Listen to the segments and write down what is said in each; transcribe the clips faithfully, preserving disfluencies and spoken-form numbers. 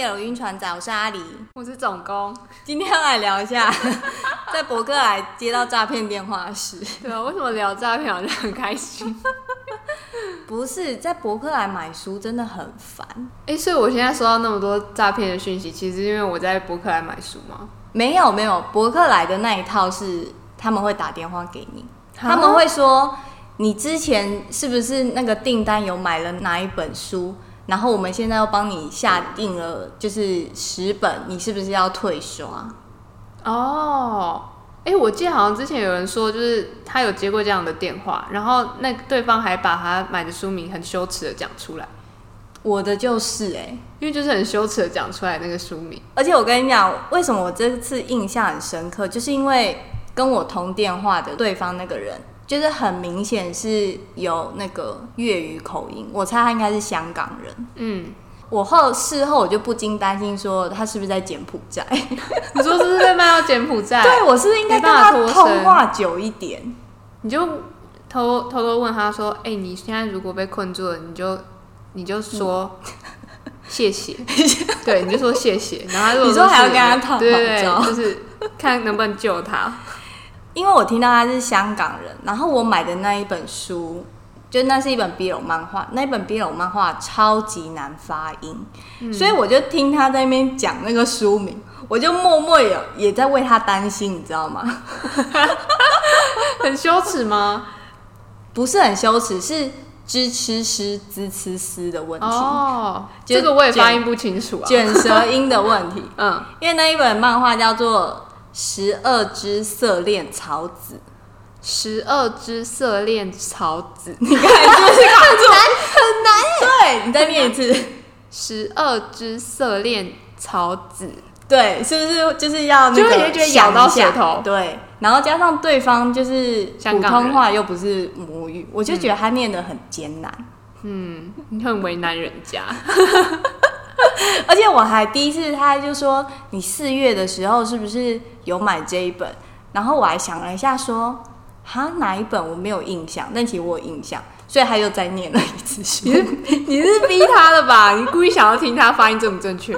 B L 晕船仔，我是阿狸， 我是总工。 今天要来聊一下在博客来接到诈骗电话的事。 对啊，为什么聊诈骗好像很开心？ 不是，在博客来买书真的很烦。 哎、欸，所以我现在收到那么多诈骗的讯息，其实是因为我在博客来买书吗？ 没有没有，博客来的那一套是他们会打电话给你，他们会说你之前是不是那个订单有买了哪一本书，然后我们现在又帮你下定了就是十本，你是不是要退刷？ 哦，哎、欸，我记得好像之前有人说，就是他有接过这样的电话，然后那对方还把他买的书名很羞耻的讲出来。 我的就是哎、欸， 因为就是很羞耻的讲出来那个书名。 而且我跟你讲，为什么我这次印象很深刻，就是因为跟我通电话的对方那个人，就是很明显是有那个粤语口音，我猜他应该是香港人。嗯，我后事后我就不禁担心说他是不是在柬埔寨？ 你说是不是在卖到柬埔寨？ 对，我是不是应该跟他通话久一点？ 你就偷偷偷问他说：“哎、欸，你现在如果被困住了，你就。”你就说谢谢，对，你就说谢谢，然后他如果你说还要跟他套好招， 对对对，就是看能不能救他。 因为我听到他是香港人，然后我买的那一本书，就那是一本 B L 漫画，那一本 B L 漫画超级难发音，嗯、所以我就听他在那边讲那个书名，我就默默也也在为他担心，你知道吗？ 很羞耻吗？ 不是很羞耻，是。知吃诗滋吃丝的问题哦，这个我也发音不清楚啊， 卷舌音的问题。 嗯，因为那一本漫画叫做《十二只色恋草子》， 十二只色恋草子， 你看是不是卡住？很难，对，你再念一次， 十二只色恋草子， 对，是不是就是要那个？ 就会觉得咬到舌头， 对。然后加上对方就是普通话又不是母语，我就觉得他念得很艰难。 嗯，你很为难人家。 而且我还第一次，他就说你四月的时候是不是有买这一本？然后我还想了一下说，哈哪一本我没有印象，但其实我有印象，所以他又再念了一次书。 你是你是逼他的吧？你故意想要听他发音正不正确？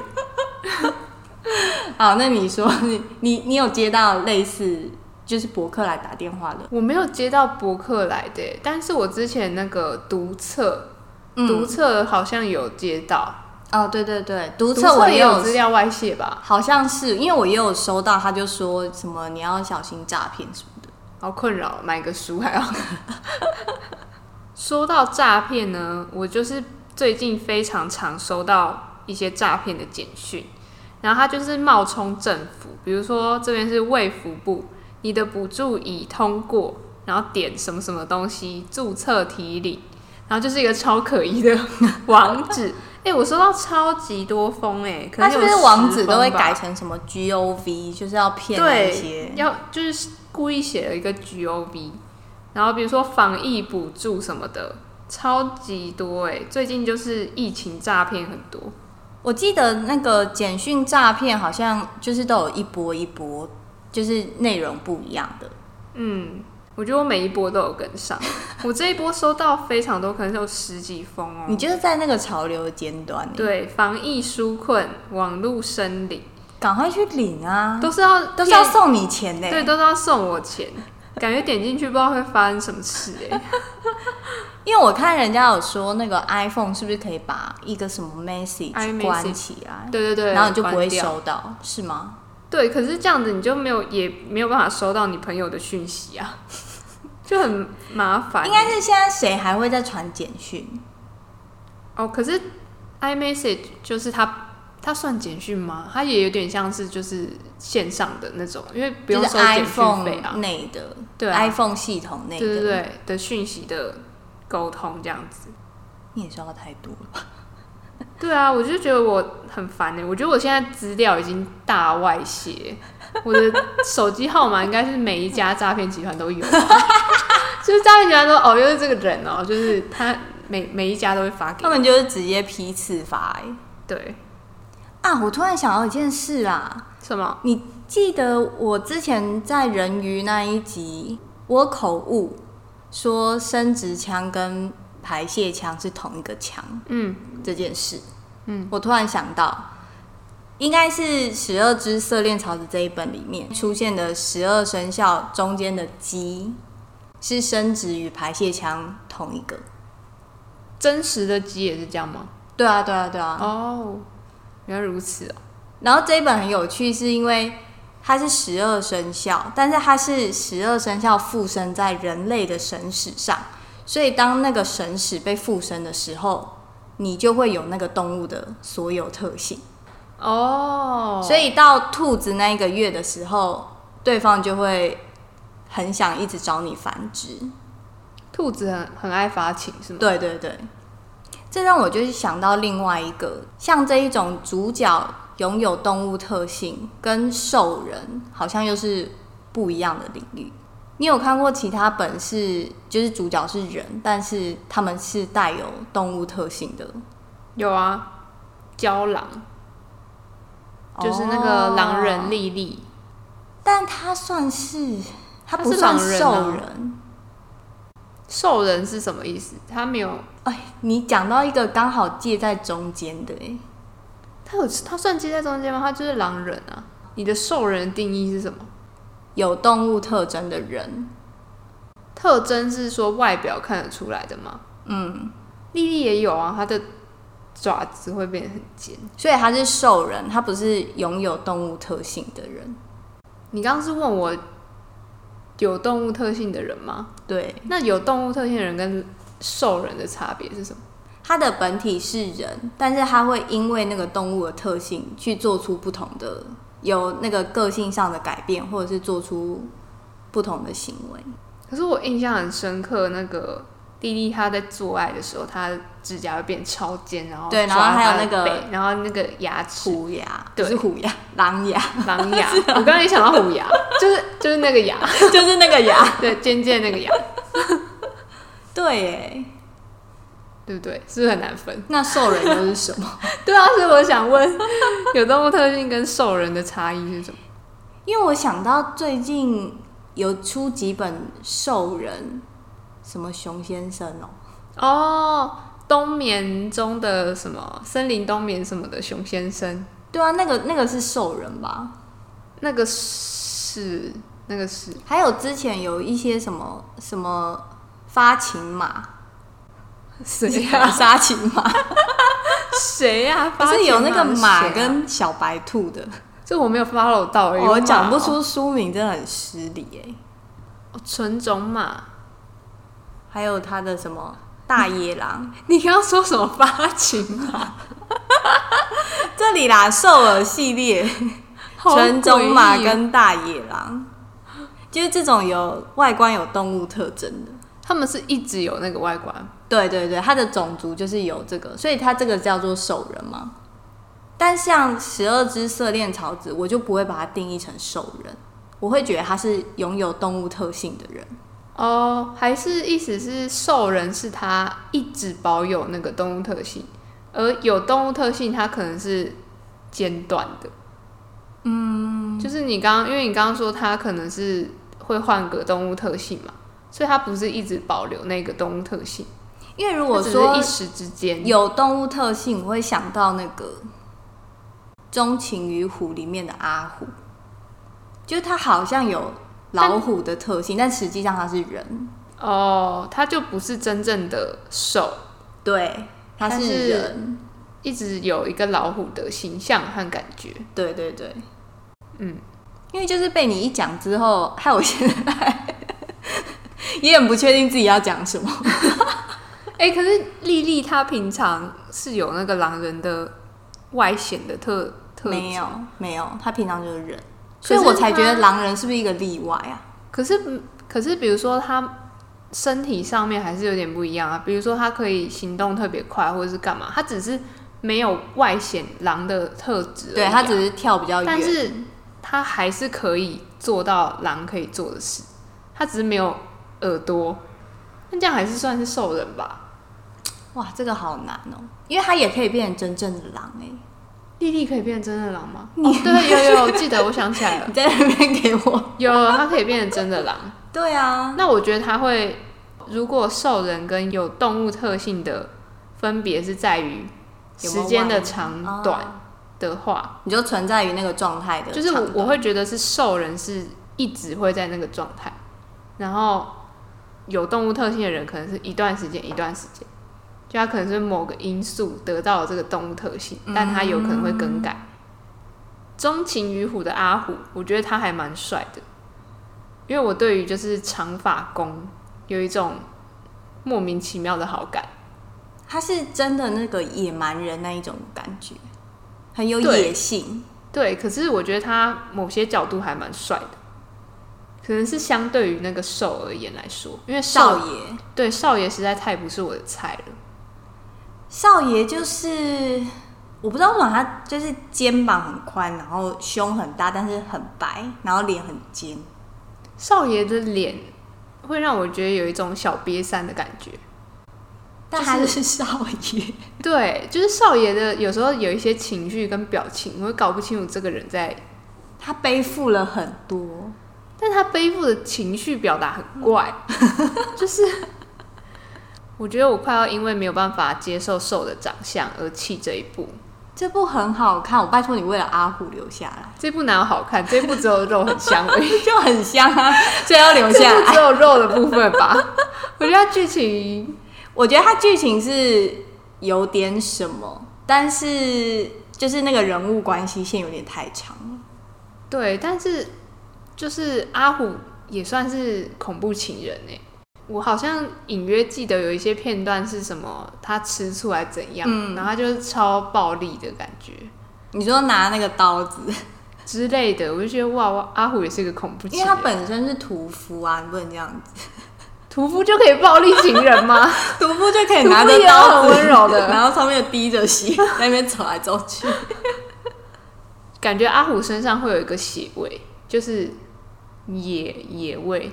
好，那你说你你你有接到类似？就是博客来打电话的， 我没有接到博客来的，但是我之前那个读册，嗯、读册好像有接到。 哦，对对对，读册我也有资料外泄吧？ 好像是，因为我也有收到，他就说什么你要小心诈骗什么的， 好困扰，买个书还要。说到诈骗呢，我就是最近非常常收到一些诈骗的简讯，然后他就是冒充政府，比如说这边是卫福部。你的补助已通过，然后点什么什么东西注册提领，然后就是一个超可疑的网址。哎、欸，我收到超级多封哎、欸，可能有十封吧。他是不是网址都会改成什么 G O V， 就是要骗那些？ 对，要就是故意写了一个 G O V， 然后比如说防疫补助什么的，超级多哎、欸。最近就是疫情诈骗很多。 我记得那个简讯诈骗好像就是都有一波一波。就是内容不一样的， 嗯，我觉得我每一波都有跟上。我这一波收到非常多，可能是有十几封哦。 你就是在那个潮流的尖端， 对，防疫纾困，网路申领， 赶快去领啊！ 都是要都是要送你钱的， 对，都是要送我钱。感觉点进去不知道会发生什么事哎。 因为我看人家有说，那个 iPhone 是不是可以把一个什么 message 关起来？ 对对对， 然后你就不会收到，是吗？ 对，可是这样子你就没有也没有办法收到你朋友的讯息啊，就很麻烦。 应该是现在谁还会再传简讯？ 哦，可是 iMessage 就是它，它算简讯吗？它也有点像是就是线上的那种，因为不用收简讯费啊， 内的， 对、啊、 ，iPhone 系统内的， 对对对的讯息的沟通这样子。 你也收到太多了吧？ 对啊，我就觉得我很烦欸，我觉得我现在资料已经大外泄，我的手机号码应该是每一家诈骗集团都有，就是诈骗集团说哦，又是这个人哦，就是他每每一家都会发给你， 他们就是直接批次发欸。 对啊，我突然想到一件事啊， 什么？ 你记得我之前在人鱼那一集，我口误说生殖腔跟排泄腔是同一个腔，嗯，这件事，嗯，我突然想到， 应该是十二只色恋草子这一本里面出现的十二生肖中间的鸡是生殖与排泄腔同一个。 真实的鸡也是这样吗？ 对啊，对啊，对啊。 哦，原来如此哦。 然后这一本很有趣，是因为它是十二生肖，但是它是十二生肖附身在人类的神史上，所以当那个神史被附身的时候，你就会有那个动物的所有特性。 哦， 所以到兔子那一个月的时候，对方就会很想一直找你繁殖。 兔子很很爱发情是吗？ 对对对，这让我就是想到另外一个，像这一种主角拥有动物特性跟兽人好像又是不一样的领域。你有看过其他本是就是主角是人，但是他们是带有动物特性的？ 有啊，郊狼，就是那个狼人莉莉， 哦，但他算是他不算兽人。 兽人是什么意思？他没有。 哎，你讲到一个刚好介在中间的，哎， 他有他算介在中间吗？他就是狼人啊。你的兽人的定义是什么？ 有动物特征的人。 特征是说外表看得出来的吗？ 嗯， 莉莉也有啊，她的爪子会变得很尖， 所以他是兽人，他不是拥有动物特性的人。 你刚刚是问我有动物特性的人吗？ 对， 那有动物特性的人跟兽人的差别是什么？ 他的本体是人，但是他会因为那个动物的特性去做出不同的，有那个个性上的改变，或者是做出不同的行为。 可是我印象很深刻，那个莉莉她在做爱的时候，她指甲会变超尖，然后对，然后还有那个， 然后那个牙齿虎牙，不是虎牙，狼牙， 狼牙。我刚刚也想到虎牙，就是就是那个牙， 就是那个牙， 对，尖尖那个牙。 对耶， 对不对？是不是很难分？ 那兽人又是什么？ 对啊，所以我想问，有动物特性跟兽人的差异是什么？ 因为我想到最近有出几本兽人，什么熊先生哦。 哦，冬眠中的什么森林冬眠什么的熊先生。 对啊，那个那个是兽人吧？ 那个是那个是。 还有之前有一些什么什么发情马， 谁呀？ 杀情马？ 谁呀？ 不是有那个马跟小白兔的？ 这我没有 follow 到，欸， 我讲不出书名，真的很失礼哎。 哦，纯种马， 还有他的什么大野狼？ 你刚刚说什么发情马？ 这里啦，兽耳系列，纯种马跟大野狼，就是这种有外观有动物特征的。 他们是一直有那个外观。 对对对，它的种族就是有这个，所以它这个叫做兽人嘛。但像十二只色恋草子，我就不会把它定义成兽人，我会觉得他是拥有动物特性的人。 哦，还是意思是兽人是他一直保有那个动物特性，而有动物特性它可能是间断的。嗯，就是你刚刚，因为你刚刚说它可能是会换个动物特性嘛，所以它不是一直保留那个动物特性。 因为如果说一时之间有动物特性，我会想到那个《钟情于虎》里面的阿虎，就是他好像有老虎的特性，但, 但实际上他是人。 哦，他就不是真正的兽， 对，他是人， 一直有一个老虎的形象和感觉。 对对对， 嗯， 因为就是被你一讲之后，害我现在也很不确定自己要讲什么。 哎、欸，可是莉莉她平常是有那个狼人的外显的特特质？ 没有，没有，她平常就是人，所以我才觉得狼人是不是一个例外啊？ 可是，可是，比如说他身体上面还是有点不一样啊。比如说，他可以行动特别快，或者是干嘛？他只是没有外显狼的特质、啊， 对，他只是跳比较远， 但是他还是可以做到狼可以做的事，他只是没有耳朵。那这样还是算是兽人吧？ 哇，这个好难哦，因为他也可以变成真正的狼哎、欸。 莉莉可以变成真的狼吗？哦，对，有有有，记得，我想起来了。 你在那边给我有，它可以变成真的狼。 对啊， 那我觉得它会，如果兽人跟有动物特性的分别是在于时间的长短的话， 你就存在于那个状态的， 就是我我会觉得是兽人是一直会在那个状态，然后有动物特性的人可能是一段时间一段时间，就他可能是某个因素得到了这个动物特性，但他有可能会更改。钟情于虎的阿虎，我觉得他还蛮帅的，因为我对于就是长发公有一种莫名其妙的好感。 他是真的那个野蛮人那一种感觉，很有野性。 对，可是我觉得他某些角度还蛮帅的，可能是相对于那个兽而言来说，因为少爷， 对少爷实在太不是我的菜了。 少爷就是我不知道为什么他就是肩膀很宽，然后胸很大，但是很白，然后脸很尖。 少爷的脸会让我觉得有一种小瘪三的感觉。 但他是少爷， 对，就是少爷的有时候有一些情绪跟表情，我会搞不清楚这个人在。 他背负了很多， 但他背负的情绪表达很怪，就是我觉得我快要因为没有办法接受兽的长相而弃这一部。 这部很好看，我拜托你为了阿虎留下来。 这部哪有好看？这部只有肉很香而已， 就很香啊，所以要留下来。 这部只有肉的部分吧？我觉得剧情。 我觉得它剧情是有点什么，但是就是那个人物关系线有点太长了。 对，但是就是阿虎也算是恐怖情人欸。我好像隐约记得有一些片段是什么，他吃醋来怎样，嗯、然后他就是超暴力的感觉。 你说拿那个刀子之类的，我就觉得哇，阿虎也是一个恐怖情人， 因为他本身是屠夫啊，你不能这样子。 屠夫就可以暴力情人吗？ 屠夫就可以拿着刀很温柔的， 然后上面滴着血，在那边走来走去。 感觉阿虎身上会有一个血味，就是野野味，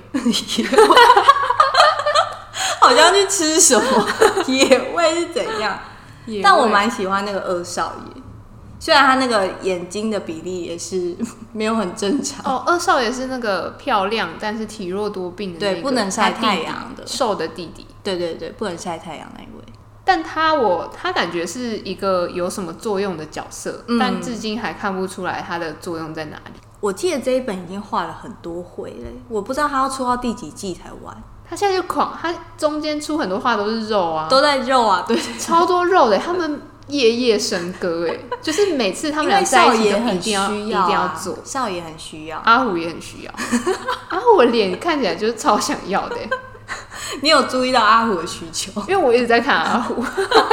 好像去吃什么野味是怎样？但我蛮喜欢那个二少爷。虽然他那个眼睛的比例也是没有很正常哦，二少爷是那个漂亮但是体弱多病的那个， 对，不能晒太阳的瘦的弟弟， 对对对，不能晒太阳那一位。 但他我他感觉是一个有什么作用的角色，嗯、但至今还看不出来他的作用在哪里。 我记得这一本已经画了很多回了，我不知道他要出到第几季才完。 他现在就狂，他中间出很多画都是肉啊， 都在肉啊，对， 超多肉的，他们。夜夜笙歌哎，就是每次他们俩在一起都一定要、啊、一定要做。 少爷很需要， 阿虎也很需要。阿虎的脸看起来就是超想要的。 你有注意到阿虎的需求？ 因为我一直在看阿虎。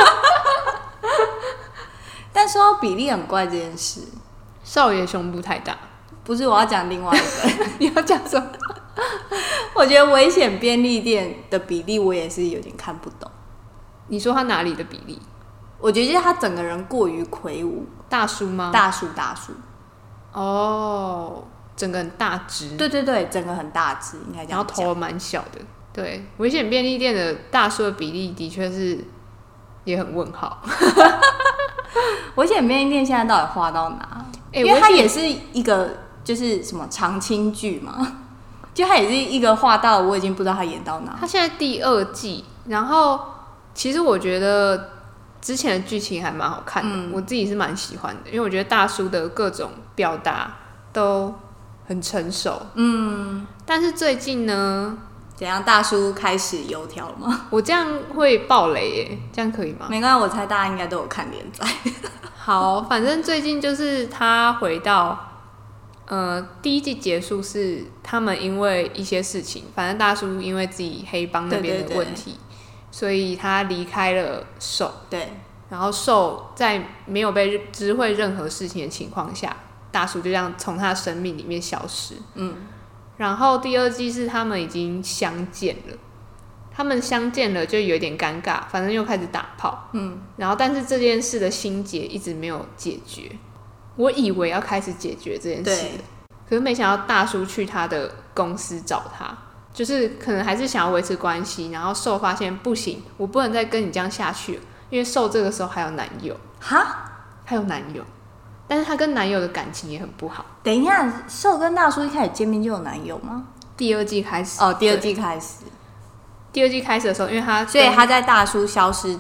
但说到比例很怪这件事， 少爷胸部太大。 不是，我要讲另外一个。 你要讲什么？ 我觉得危险便利店的比例我也是有点看不懂。 你说他哪里的比例？ 我觉得他整个人过于魁梧， 大叔吗？ 大叔，大叔。 哦，整个很大只。 对对对，整个很大只，应该这样讲。 然后头蛮小的。对，危险便利店的大叔的比例的确是也很问号。 危险便利店现在到底画到哪？欸、因为它也是一个就是什么长青剧嘛，就它也是一个画到我已经不知道他演到哪。 他现在第二季，然后。其实我觉得之前的剧情还蛮好看的、嗯，我自己是蛮喜欢的，因为我觉得大叔的各种表达都很成熟。嗯，但是最近呢， 怎样？大叔开始油条了吗？ 我这样会爆雷耶，这样可以吗？ 没关系，我猜大家应该都有看连载。 好，反正最近就是他回到，呃，第一季结束是他们因为一些事情，反正大叔因为自己黑帮那边的问题。对对对，所以他离开了兽， 对， 然后兽在没有被知会任何事情的情况下，大叔就这样从他的生命里面消失。嗯，然后第二季是他们已经相见了，他们相见了就有点尴尬，反正又开始打炮。嗯，然后但是这件事的心结一直没有解决，我以为要开始解决这件事，可是没想到大叔去他的公司找他。就是可能还是想要维持关系，然后受发现不行，我不能再跟你这样下去了，因为受这个时候还有男友， 哈， 还有男友，但是他跟男友的感情也很不好。 等一下，受跟大叔一开始见面就有男友吗？ 第二季开始哦，第二季开始， 第二季开始的时候，因为他所以他在大叔消失的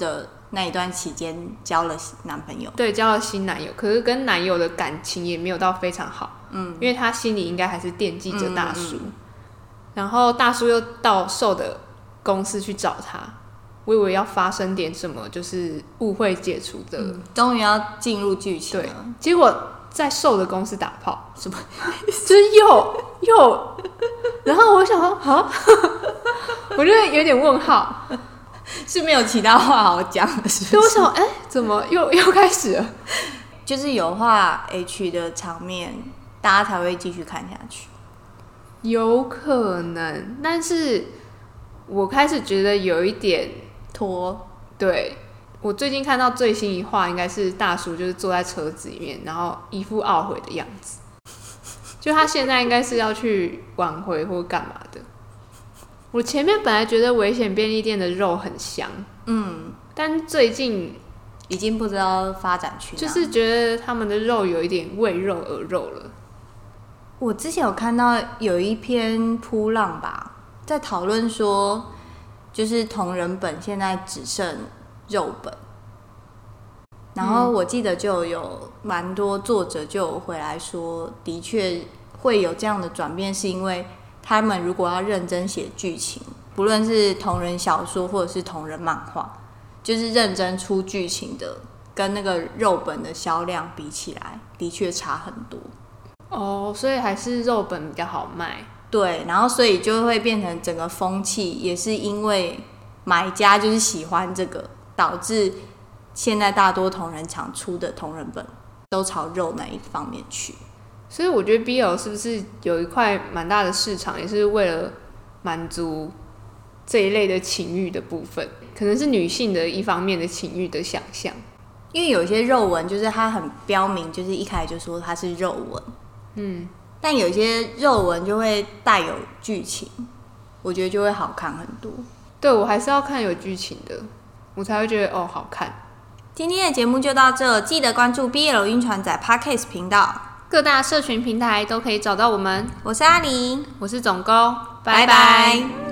那一段期间交了男朋友， 对，交了新男友，可是跟男友的感情也没有到非常好， 嗯， 因为他心里应该还是惦记着大叔。 嗯嗯嗯然后大叔又到受的公司去找他，我以为要发生点什么，就是误会解除的， 嗯终于要进入剧情了。 对，结果在受的公司打炮， 什么？ 就是又又，然后我想说，啊，我就有点问号， 是没有其他话好讲了，是不是？ 对，我想，哎、欸，怎么又又开始了？ 就是有画 H 的场面，大家才会继续看下去。 有可能，但是我开始觉得有一点拖。 对，我最近看到最新一话，应该是大叔就是坐在车子里面，然后一副懊悔的样子。就他现在应该是要去挽回或干嘛的。我前面本来觉得危险便利店的肉很香， 嗯， 但最近已经不知道发展去哪， 就是觉得他们的肉有一点为肉而肉了。 我之前有看到有一篇噗浪吧，在讨论说，就是同人本现在只剩肉本，然后我记得就有蛮多作者就有回来说，的确会有这样的转变，是因为他们如果要认真写剧情，不论是同人小说或者是同人漫画，就是认真出剧情的，跟那个肉本的销量比起来，的确差很多。 哦，所以还是肉本比较好卖。 对，然后所以就会变成整个风气，也是因为买家就是喜欢这个，导致现在大多同人厂出的同人本都朝肉那一方面去。 所以我觉得 B L 是不是有一块蛮大的市场，也是为了满足这一类的情欲的部分，可能是女性的一方面的情欲的想象。 因为有些肉文就是它很标明，就是一开始就说它是肉文， 嗯， 但有些肉文就会带有剧情，我觉得就会好看很多。 对，我还是要看有剧情的，我才会觉得哦好看。 今天的节目就到这，记得关注 B L 晕船仔 Podcast 频道， 各大社群平台都可以找到我们。 我是阿狸， 我是总工，拜拜拜。